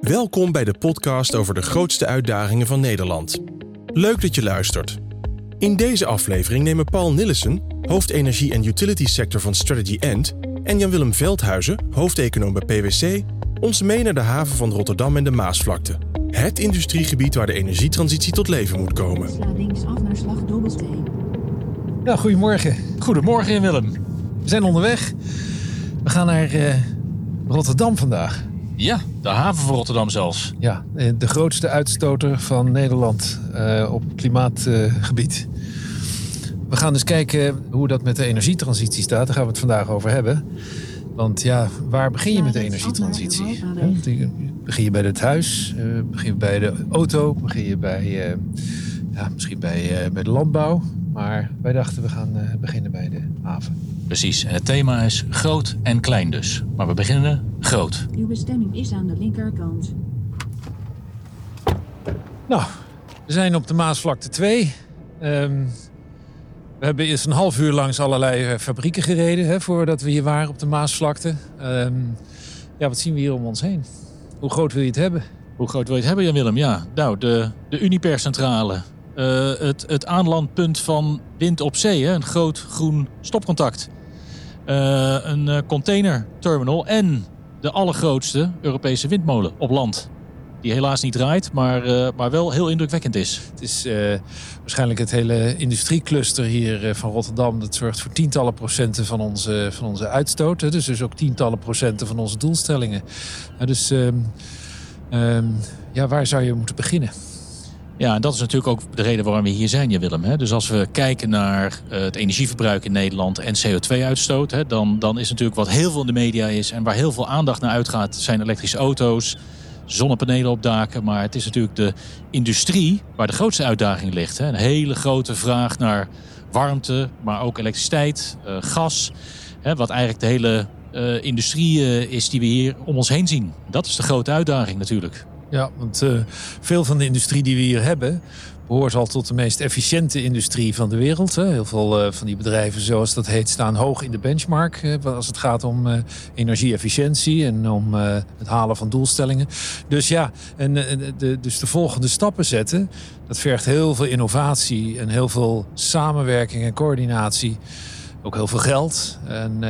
Welkom bij de podcast over de grootste uitdagingen van Nederland. Leuk dat je luistert. In deze aflevering nemen Paul Nillessen, hoofd energie en utility sector van Strategy End, en Jan-Willem Veldhuizen, hoofdeconoom bij PwC, ons mee naar de haven van Rotterdam en de Maasvlakte. Het industriegebied waar de energietransitie tot leven moet komen. Sla linksaf naar slag Dobbelsteen. Ja, goedemorgen. Goedemorgen, Jan-Willem. We zijn onderweg. We gaan naar Rotterdam vandaag. Ja, de haven van Rotterdam zelfs. Ja, de grootste uitstoter van Nederland op klimaatgebied. We gaan dus kijken hoe dat met de energietransitie staat. Daar gaan we het vandaag over hebben. Want ja, waar begin je met de energietransitie? Begin je bij het huis? Begin je bij de auto? Begin je bij, misschien bij de landbouw? Maar wij dachten we gaan beginnen bij de haven. Precies, het thema is groot en klein dus. Maar we beginnen groot. Uw bestemming is aan de linkerkant. Nou, we zijn op de Maasvlakte 2. We hebben eerst een half uur langs allerlei fabrieken gereden, voordat we hier waren op de Maasvlakte. Wat zien we hier om ons heen? Hoe groot wil je het hebben? Hoe groot wil je het hebben, Jan-Willem? Ja, nou, de Uniper-centrale. Het aanlandpunt van wind op zee, een groot groen stopcontact. Een containerterminal en de allergrootste Europese windmolen op land. Die helaas niet draait, maar wel heel indrukwekkend is. Het is waarschijnlijk het hele industriecluster hier van Rotterdam. Dat zorgt voor tientallen procenten van onze uitstoot. Dus ook tientallen procenten van onze doelstellingen. Waar zou je moeten beginnen? Ja, en dat is natuurlijk ook de reden waarom we hier zijn, Jan-Willem. Dus als we kijken naar het energieverbruik in Nederland en CO2-uitstoot... dan is natuurlijk wat heel veel in de media is en waar heel veel aandacht naar uitgaat... zijn elektrische auto's, zonnepanelen op daken. Maar het is natuurlijk de industrie waar de grootste uitdaging ligt. Een hele grote vraag naar warmte, maar ook elektriciteit, gas. Wat eigenlijk de hele industrie is die we hier om ons heen zien. Dat is de grote uitdaging natuurlijk. Ja, want veel van de industrie die we hier hebben behoort al tot de meest efficiënte industrie van de wereld. Heel veel van die bedrijven, zoals dat heet, staan hoog in de benchmark als het gaat om energie-efficiëntie en om het halen van doelstellingen. Dus ja, dus de volgende stappen zetten, dat vergt heel veel innovatie en heel veel samenwerking en coördinatie. Ook heel veel geld. En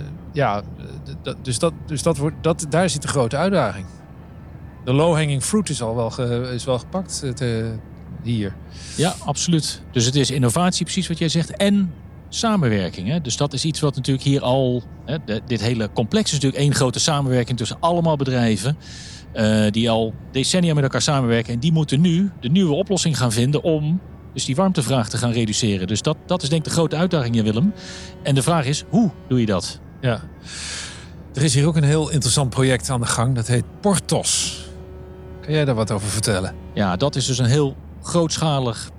daar zit de grote uitdaging. De low-hanging fruit is wel gepakt hier. Ja, absoluut. Dus het is innovatie, precies wat jij zegt, en samenwerking. Hè? Dus dat is iets wat natuurlijk hier al... dit hele complex is natuurlijk één grote samenwerking tussen allemaal bedrijven... die al decennia met elkaar samenwerken. En die moeten nu de nieuwe oplossing gaan vinden om dus die warmtevraag te gaan reduceren. Dus dat is denk ik de grote uitdaging, Willem. En de vraag is, hoe doe je dat? Ja. Er is hier ook een heel interessant project aan de gang. Dat heet Porthos. Kan jij daar wat over vertellen? Ja, dat is dus een heel grootschalig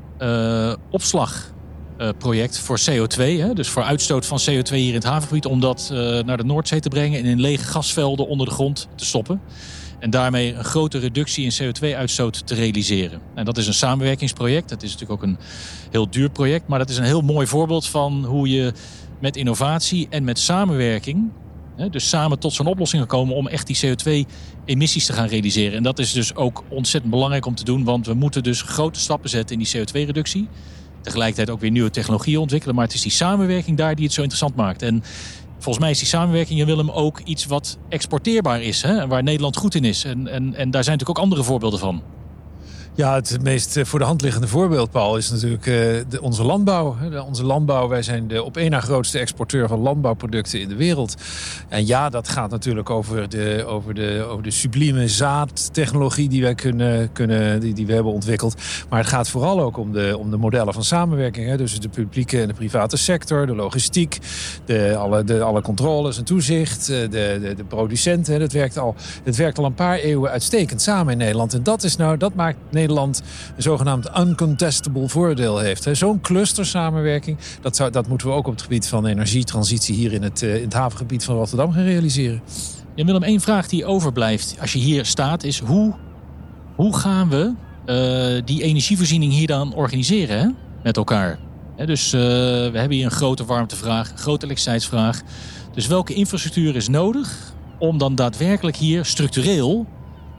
opslagproject voor CO2. Dus voor uitstoot van CO2 hier in het havengebied. Om dat naar de Noordzee te brengen en in lege gasvelden onder de grond te stoppen. En daarmee een grote reductie in CO2-uitstoot te realiseren. En dat is een samenwerkingsproject. Dat is natuurlijk ook een heel duur project. Maar dat is een heel mooi voorbeeld van hoe je met innovatie en met samenwerking... dus samen tot zo'n oplossing gekomen om echt die CO2-emissies te gaan realiseren. En dat is dus ook ontzettend belangrijk om te doen. Want we moeten dus grote stappen zetten in die CO2-reductie. Tegelijkertijd ook weer nieuwe technologieën ontwikkelen. Maar het is die samenwerking daar die het zo interessant maakt. En volgens mij is die samenwerking, Willem, ook iets wat exporteerbaar is. Waar Nederland goed in is. En daar zijn natuurlijk ook andere voorbeelden van. Ja, het meest voor de hand liggende voorbeeld, Paul, is natuurlijk onze landbouw. Onze landbouw, wij zijn de op één na grootste exporteur van landbouwproducten in de wereld. En ja, dat gaat natuurlijk over de sublieme zaadtechnologie die wij die we hebben ontwikkeld. Maar het gaat vooral ook om de modellen van samenwerking. Dus de publieke en de private sector, de logistiek, alle controles en toezicht, de producenten. Het werkt al een paar eeuwen uitstekend samen in Nederland. En dat maakt Nederland een zogenaamd uncontestable voordeel heeft. Zo'n clustersamenwerking, dat moeten we ook op het gebied van energietransitie hier in het havengebied van Rotterdam gaan realiseren. Ja, Willem, één vraag die overblijft als je hier staat is hoe gaan we die energievoorziening hier dan organiseren, hè? Met elkaar? Dus we hebben hier een grote warmtevraag, een grote elektriciteitsvraag. Dus welke infrastructuur is nodig om dan daadwerkelijk hier structureel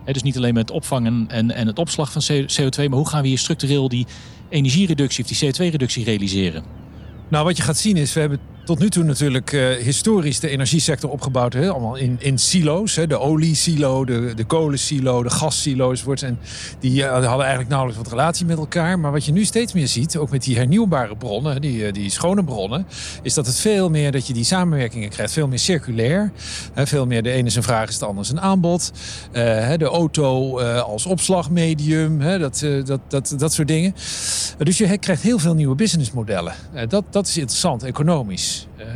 Dus niet alleen met het opvangen en het opslag van CO2... maar hoe gaan we hier structureel die energiereductie of die CO2-reductie realiseren? Nou, wat je gaat zien is, we hebben tot nu toe natuurlijk historisch de energiesector opgebouwd. Hè? Allemaal in silo's. Hè? De oliesilo, de kolensilo, de gassilo enzovoort. En die hadden eigenlijk nauwelijks wat relatie met elkaar. Maar wat je nu steeds meer ziet, ook met die hernieuwbare bronnen, die schone bronnen, is dat het veel meer, dat je die samenwerkingen krijgt, veel meer circulair. Veel meer de ene zijn vraag is de ander zijn aanbod. De auto als opslagmedium, dat soort dingen. Dus je krijgt heel veel nieuwe businessmodellen. Dat is interessant, economisch.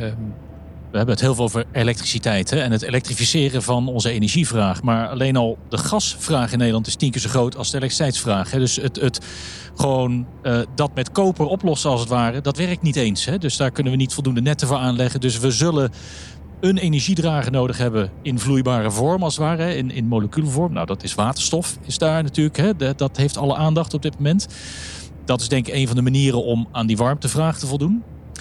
We hebben het heel veel over elektriciteit en het elektrificeren van onze energievraag. Maar alleen al de gasvraag in Nederland is 10 keer zo groot als de elektriciteitsvraag. Dus het gewoon dat met koper oplossen als het ware, dat werkt niet eens. Dus daar kunnen we niet voldoende netten voor aanleggen. Dus we zullen een energiedrager nodig hebben in vloeibare vorm als het ware, in moleculenvorm. Nou, dat is waterstof, is daar natuurlijk. Dat heeft alle aandacht op dit moment. Dat is denk ik een van de manieren om aan die warmtevraag te voldoen.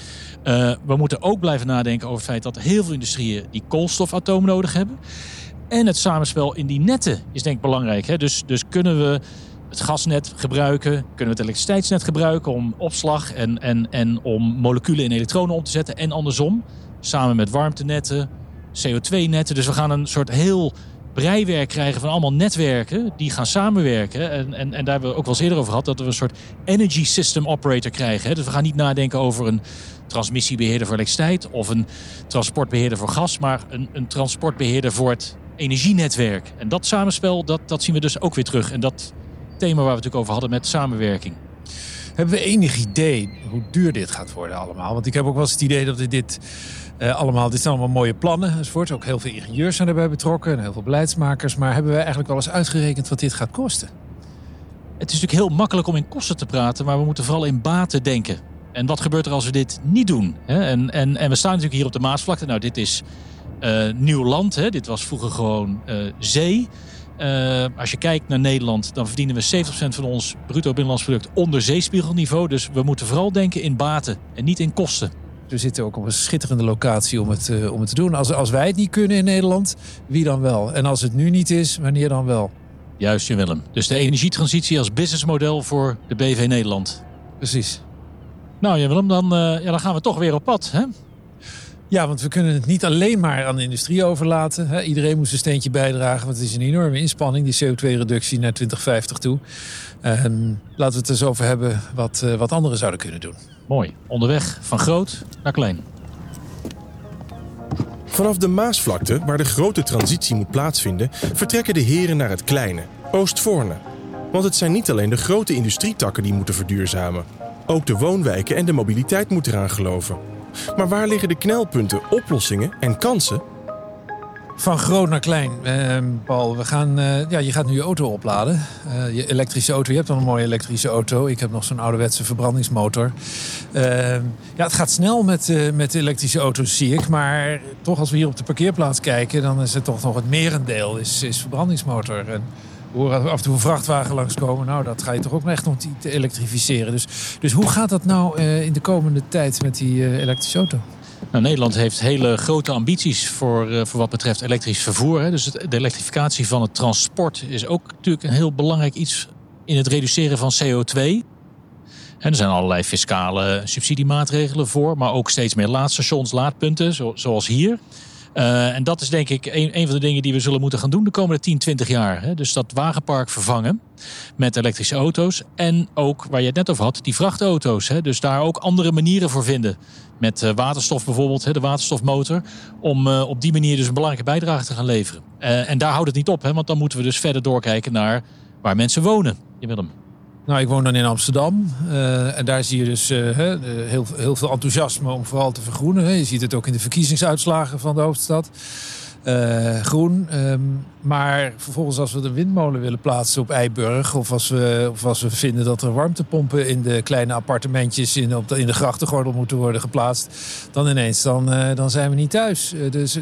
We moeten ook blijven nadenken over het feit dat heel veel industrieën die koolstofatomen nodig hebben. En het samenspel in die netten is denk ik belangrijk. Dus kunnen we het gasnet gebruiken, kunnen we het elektriciteitsnet gebruiken om opslag en om moleculen in elektronen om te zetten en andersom. Samen met warmtenetten, CO2-netten. Dus we gaan een soort heel breiwerk krijgen van allemaal netwerken die gaan samenwerken. En daar hebben we ook wel eens eerder over gehad, dat we een soort energy system operator krijgen. Dus we gaan niet nadenken over een transmissiebeheerder voor elektriciteit of een transportbeheerder voor gas, maar een transportbeheerder voor het energienetwerk. En dat samenspel, dat zien we dus ook weer terug. En dat thema waar we het natuurlijk over hadden met samenwerking. Hebben we enig idee hoe duur dit gaat worden allemaal? Want ik heb ook wel eens het idee dat dit zijn allemaal mooie plannen enzovoort. Ook heel veel ingenieurs zijn erbij betrokken en heel veel beleidsmakers. Maar hebben we eigenlijk wel eens uitgerekend wat dit gaat kosten? Het is natuurlijk heel makkelijk om in kosten te praten, maar we moeten vooral in baten denken. En wat gebeurt er als we dit niet doen? En we staan natuurlijk hier op de Maasvlakte. Nou, dit is nieuw land. Dit was vroeger gewoon zee. Als je kijkt naar Nederland, dan verdienen we 70% van ons bruto binnenlands product onder zeespiegelniveau. Dus we moeten vooral denken in baten en niet in kosten. We zitten ook op een schitterende locatie om het te doen. Als wij het niet kunnen in Nederland, wie dan wel? En als het nu niet is, wanneer dan wel? Juist, Jan Willem. Dus de energietransitie als businessmodel voor de BV Nederland. Precies. Nou, Jan Willem, dan gaan we toch weer op pad, hè? Ja, want we kunnen het niet alleen maar aan de industrie overlaten. Iedereen moet zijn steentje bijdragen, want het is een enorme inspanning, die CO2-reductie naar 2050 toe. Laten we het eens over hebben wat anderen zouden kunnen doen. Mooi. Onderweg van groot naar klein. Vanaf de Maasvlakte, waar de grote transitie moet plaatsvinden, vertrekken de heren naar het kleine, Oostvoorne. Want het zijn niet alleen de grote industrietakken die moeten verduurzamen. Ook de woonwijken en de mobiliteit moeten eraan geloven. Maar waar liggen de knelpunten, oplossingen en kansen? Van groot naar klein. Paul, je gaat nu je auto opladen. Je elektrische auto. Je hebt dan een mooie elektrische auto. Ik heb nog zo'n ouderwetse verbrandingsmotor. Het gaat snel met de elektrische auto's, zie ik. Maar toch, als we hier op de parkeerplaats kijken, dan is het toch nog het merendeel is verbrandingsmotor. En we horen af en toe een vrachtwagen langskomen. Nou, dat ga je toch ook echt nog te elektrificeren. Dus hoe gaat dat nou in de komende tijd met die elektrische auto? Nou, Nederland heeft hele grote ambities voor wat betreft elektrisch vervoer. Hè. Dus de elektrificatie van het transport is ook natuurlijk een heel belangrijk iets in het reduceren van CO2. En er zijn allerlei fiscale subsidiemaatregelen voor, maar ook steeds meer laadstations, laadpunten, zoals hier. En dat is denk ik een van de dingen die we zullen moeten gaan doen de komende 10, 20 jaar. Hè. Dus dat wagenpark vervangen met elektrische auto's. En ook, waar je het net over had, die vrachtauto's. Hè. Dus daar ook andere manieren voor vinden. Met waterstof bijvoorbeeld, de waterstofmotor. Om op die manier dus een belangrijke bijdrage te gaan leveren. En daar houdt het niet op, hè, want dan moeten we dus verder doorkijken naar waar mensen wonen. Je Willem. Nou, ik woon dan in Amsterdam. En daar zie je dus heel veel enthousiasme om vooral te vergroenen. Je ziet het ook in de verkiezingsuitslagen van de hoofdstad. Groen. Maar vervolgens als we de windmolen willen plaatsen op Eiburg, of als we vinden dat er warmtepompen in de kleine appartementjes in de grachtengordel moeten worden geplaatst, dan ineens dan zijn we niet thuis.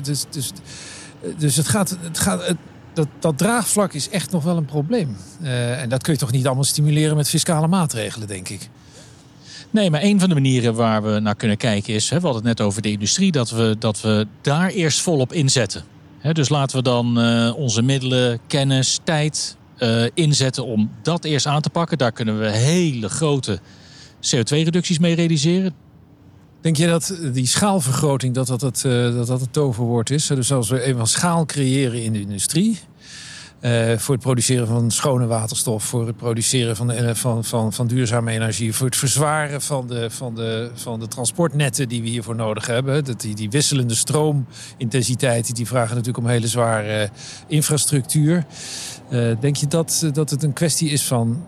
Dus het gaat dat draagvlak is echt nog wel een probleem. En dat kun je toch niet allemaal stimuleren met fiscale maatregelen, denk ik. Nee, maar een van de manieren waar we naar kunnen kijken is, we hadden het net over de industrie, dat we daar eerst volop inzetten. Dus laten we dan onze middelen, kennis, tijd inzetten om dat eerst aan te pakken. Daar kunnen we hele grote CO2-reducties mee realiseren. Denk je dat die schaalvergroting dat het toverwoord is? Dus als we eenmaal schaal creëren in de industrie, voor het produceren van schone waterstof, voor het produceren van duurzame energie, voor het verzwaren van de transportnetten die we hiervoor nodig hebben. Die wisselende stroomintensiteit, die vragen natuurlijk om hele zware infrastructuur. Denk je dat het een kwestie is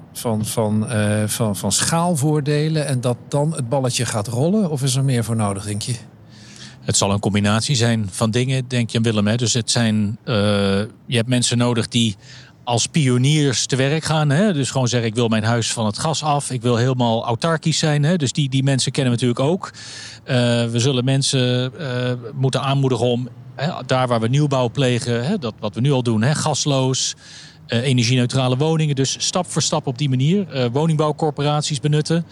van schaalvoordelen en dat dan het balletje gaat rollen? Of is er meer voor nodig, denk je? Het zal een combinatie zijn van dingen, denk je, Willem. Hè? Dus je hebt mensen nodig die als pioniers te werk gaan. Hè? Dus gewoon zeggen, ik wil mijn huis van het gas af. Ik wil helemaal autarkisch zijn. Hè? Dus die mensen kennen we natuurlijk ook. We zullen mensen moeten aanmoedigen om, daar waar we nieuwbouw plegen, dat wat we nu al doen, gasloos, energie-neutrale woningen. Dus stap voor stap op die manier. Woningbouwcorporaties benutten.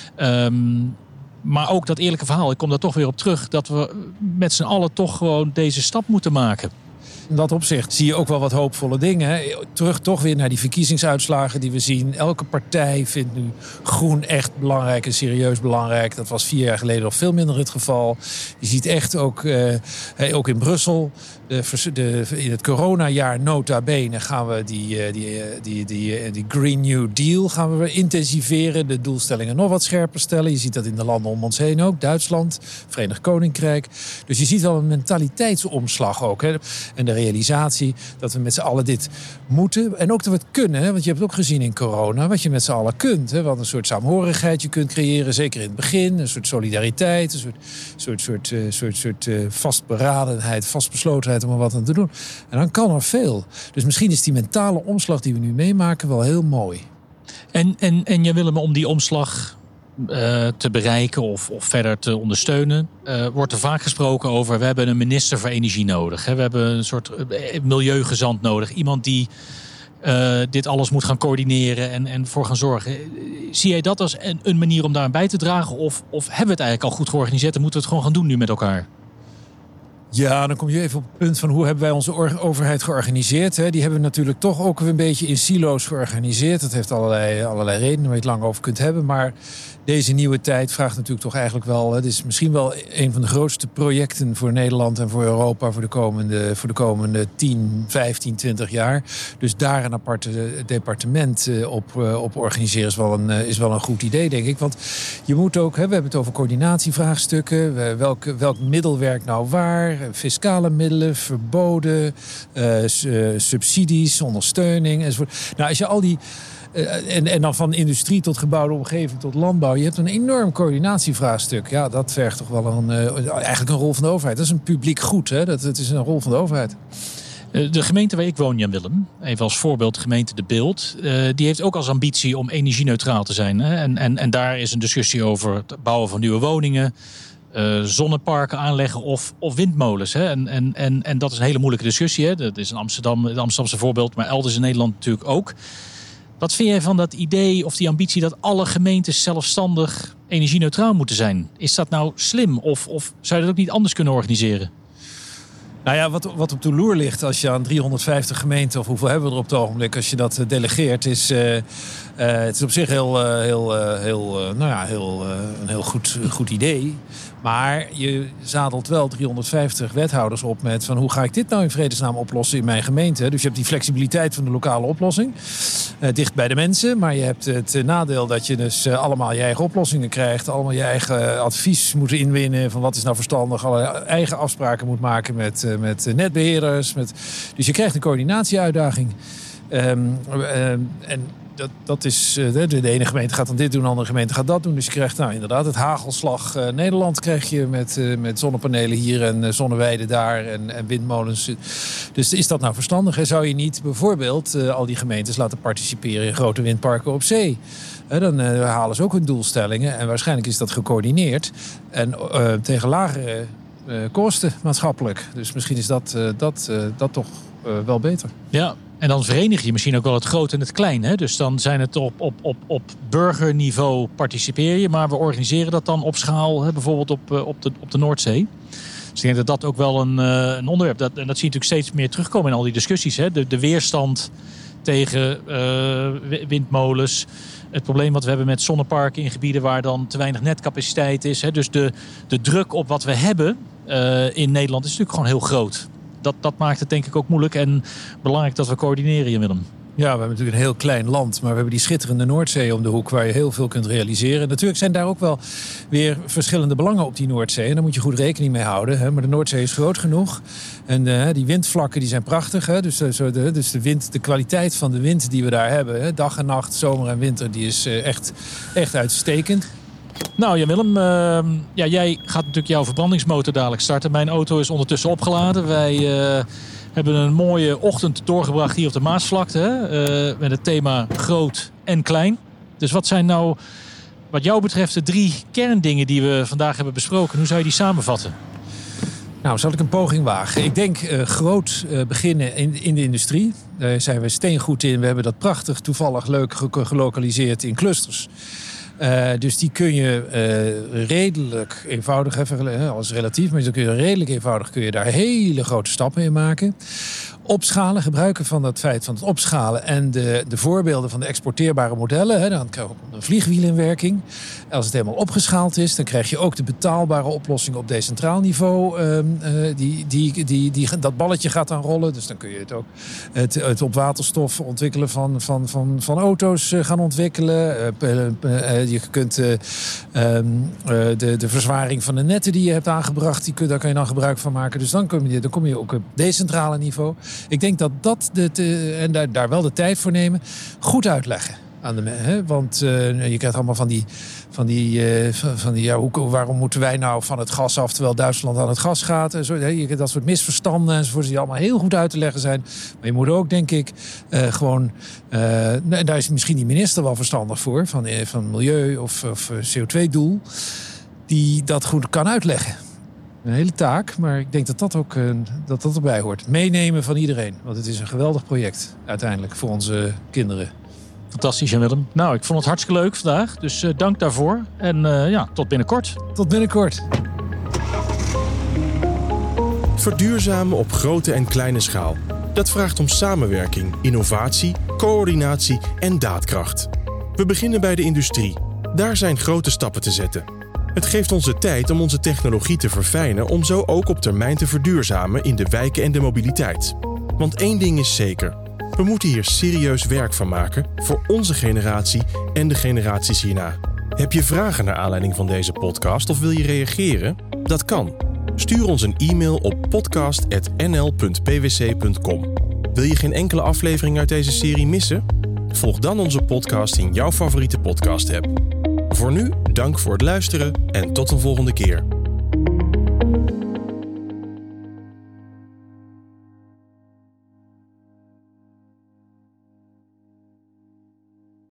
Maar ook dat eerlijke verhaal, ik kom daar toch weer op terug, dat we met z'n allen toch gewoon deze stap moeten maken. In dat opzicht zie je ook wel wat hoopvolle dingen. Terug toch weer naar die verkiezingsuitslagen die we zien. Elke partij vindt nu groen echt belangrijk en serieus belangrijk. Dat was 4 jaar geleden nog veel minder het geval. Je ziet echt ook in Brussel, in het coronajaar nota bene gaan we die Green New Deal gaan we intensiveren. De doelstellingen nog wat scherper stellen. Je ziet dat in de landen om ons heen ook. Duitsland, Verenigd Koninkrijk. Dus je ziet wel een mentaliteitsomslag ook. En de realisatie dat we met z'n allen dit moeten. En ook dat we het kunnen. Want je hebt het ook gezien in corona. Wat je met z'n allen kunt. Wat een soort saamhorigheid je kunt creëren. Zeker in het begin. Een soort solidariteit. Een soort vastberadenheid. Vastbeslotenheid om er wat aan te doen. En dan kan er veel. Dus misschien is die mentale omslag die we nu meemaken wel heel mooi. En je wil hem om die omslag te bereiken of verder te ondersteunen, wordt er vaak gesproken over, we hebben een minister voor energie nodig. We hebben een soort milieugezant nodig. Iemand die dit alles moet gaan coördineren en voor gaan zorgen. Zie jij dat als een manier om daaraan bij te dragen? Of hebben we het eigenlijk al goed georganiseerd en moeten we het gewoon gaan doen nu met elkaar? Ja, dan kom je even op het punt van hoe hebben wij onze overheid georganiseerd. Die hebben we natuurlijk toch ook een beetje in silo's georganiseerd. Dat heeft allerlei redenen waar je het lang over kunt hebben. Maar deze nieuwe tijd vraagt natuurlijk toch eigenlijk wel, het is misschien wel een van de grootste projecten voor Nederland en voor Europa voor de komende 10, 15, 20 jaar. Dus daar een apart departement op organiseren is wel een goed idee, denk ik. Want je moet ook, we hebben het over coördinatievraagstukken. Welk middel werkt nou waar? Fiscale middelen, verboden, subsidies, ondersteuning enzovoort. Nou, als je al die en dan van industrie tot gebouwde omgeving tot landbouw. Je hebt een enorm coördinatievraagstuk. Ja, dat vergt toch wel eigenlijk een rol van de overheid. Dat is een publiek goed. Het is een rol van de overheid. De gemeente waar ik woon, Jan Willem, even als voorbeeld de gemeente De Bilt, die heeft ook als ambitie om energie-neutraal te zijn. En daar is een discussie over het bouwen van nieuwe woningen, zonneparken aanleggen of windmolens. En dat is een hele moeilijke discussie. Dat is in Amsterdam, het Amsterdamse voorbeeld, maar elders in Nederland natuurlijk ook. Wat vind jij van dat idee of die ambitie dat alle gemeentes zelfstandig energie-neutraal moeten zijn? Is dat nou slim of zou je dat ook niet anders kunnen organiseren? Nou ja, wat op de loer ligt als je aan 350 gemeenten, of hoeveel hebben we er op het ogenblik, als je dat delegeert, het is op zich een heel goed idee. Maar je zadelt wel 350 wethouders op met van hoe ga ik dit nou in vredesnaam oplossen in mijn gemeente. Dus je hebt die flexibiliteit van de lokale oplossing. Dicht bij de mensen. Maar je hebt het nadeel dat je dus allemaal je eigen oplossingen krijgt. Allemaal je eigen advies moet inwinnen van wat is nou verstandig. Alle eigen afspraken moet maken met netbeheerders. Dus je krijgt een coördinatieuitdaging. En dat is, de ene gemeente gaat dan dit doen, de andere gemeente gaat dat doen. Dus je krijgt inderdaad het hagelslag Nederland krijg je met zonnepanelen hier en zonneweiden daar en windmolens. Dus is dat nou verstandig? Zou je niet bijvoorbeeld al die gemeentes laten participeren in grote windparken op zee? Dan halen ze ook hun doelstellingen en waarschijnlijk is dat gecoördineerd en tegen lagere kosten maatschappelijk. Dus misschien is dat toch wel beter. Ja. En dan verenig je misschien ook wel het groot en het klein. Hè? Dus dan zijn het op burgerniveau participeer je. Maar we organiseren dat dan op schaal, bijvoorbeeld op de Noordzee. Dus ik denk dat ook wel een onderwerp... En dat zie je natuurlijk steeds meer terugkomen in al die discussies. Hè? De weerstand tegen windmolens. Het probleem wat we hebben met zonneparken in gebieden waar dan te weinig netcapaciteit is. Hè? Dus de druk op wat we hebben in Nederland is natuurlijk gewoon heel groot. Dat maakt het denk ik ook moeilijk en belangrijk dat we coördineren, Willem. Ja, we hebben natuurlijk een heel klein land, maar we hebben die schitterende Noordzee om de hoek waar je heel veel kunt realiseren. Natuurlijk zijn daar ook wel weer verschillende belangen op die Noordzee en daar moet je goed rekening mee houden. Hè? Maar de Noordzee is groot genoeg en die windvlakken die zijn prachtig. Hè? Dus de kwaliteit van de wind die we daar hebben, hè? Dag en nacht, zomer en winter, die is echt uitstekend. Nou, Jan Willem, jij gaat natuurlijk jouw verbrandingsmotor dadelijk starten. Mijn auto is ondertussen opgeladen. Wij hebben een mooie ochtend doorgebracht hier op de Maasvlakte. Hè? Met het thema groot en klein. Dus wat zijn nou, wat jou betreft, de 3 kerndingen die we vandaag hebben besproken? Hoe zou je die samenvatten? Nou, zal ik een poging wagen? Ik denk groot beginnen in de industrie. Daar zijn we steengoed in. We hebben dat prachtig, toevallig leuk gelokaliseerd in clusters. Dus die kun je redelijk eenvoudig, even als relatief, maar dan kun je redelijk eenvoudig daar hele grote stappen in maken. Opschalen, gebruiken van dat feit van het opschalen en de voorbeelden van de exporteerbare modellen. Hè, dan krijg je ook een vliegwiel in werking. Als het helemaal opgeschaald is, dan krijg je ook de betaalbare oplossing op decentraal niveau. Dat balletje gaat dan rollen. Dus dan kun je het ook het op waterstof ontwikkelen van auto's gaan ontwikkelen. Je kunt de verzwaring van de netten die je hebt aangebracht, daar kan je dan gebruik van maken. Dus dan kom je ook op decentrale niveau. Ik denk dat en daar wel de tijd voor nemen, goed uitleggen aan de mensen. Want je krijgt allemaal waarom moeten wij nou van het gas af terwijl Duitsland aan het gas gaat? En zo, dat soort misverstanden enzovoort die allemaal heel goed uit te leggen zijn. Maar je moet ook, denk ik, daar is misschien die minister wel verstandig voor, van milieu of CO2-doel, die dat goed kan uitleggen. Een hele taak, maar ik denk dat dat erbij hoort. Meenemen van iedereen, want het is een geweldig project uiteindelijk voor onze kinderen. Fantastisch, Jan Willem. Nou, ik vond het hartstikke leuk vandaag, dus dank daarvoor. En tot binnenkort. Tot binnenkort. Verduurzamen op grote en kleine schaal. Dat vraagt om samenwerking, innovatie, coördinatie en daadkracht. We beginnen bij de industrie. Daar zijn grote stappen te zetten. Het geeft ons de tijd om onze technologie te verfijnen om zo ook op termijn te verduurzamen in de wijken en de mobiliteit. Want één ding is zeker. We moeten hier serieus werk van maken voor onze generatie en de generaties hierna. Heb je vragen naar aanleiding van deze podcast of wil je reageren? Dat kan. Stuur ons een e-mail op podcast@nl.pwc.com. Wil je geen enkele aflevering uit deze serie missen? Volg dan onze podcast in jouw favoriete podcast-app. Voor nu, dank voor het luisteren en tot een volgende keer.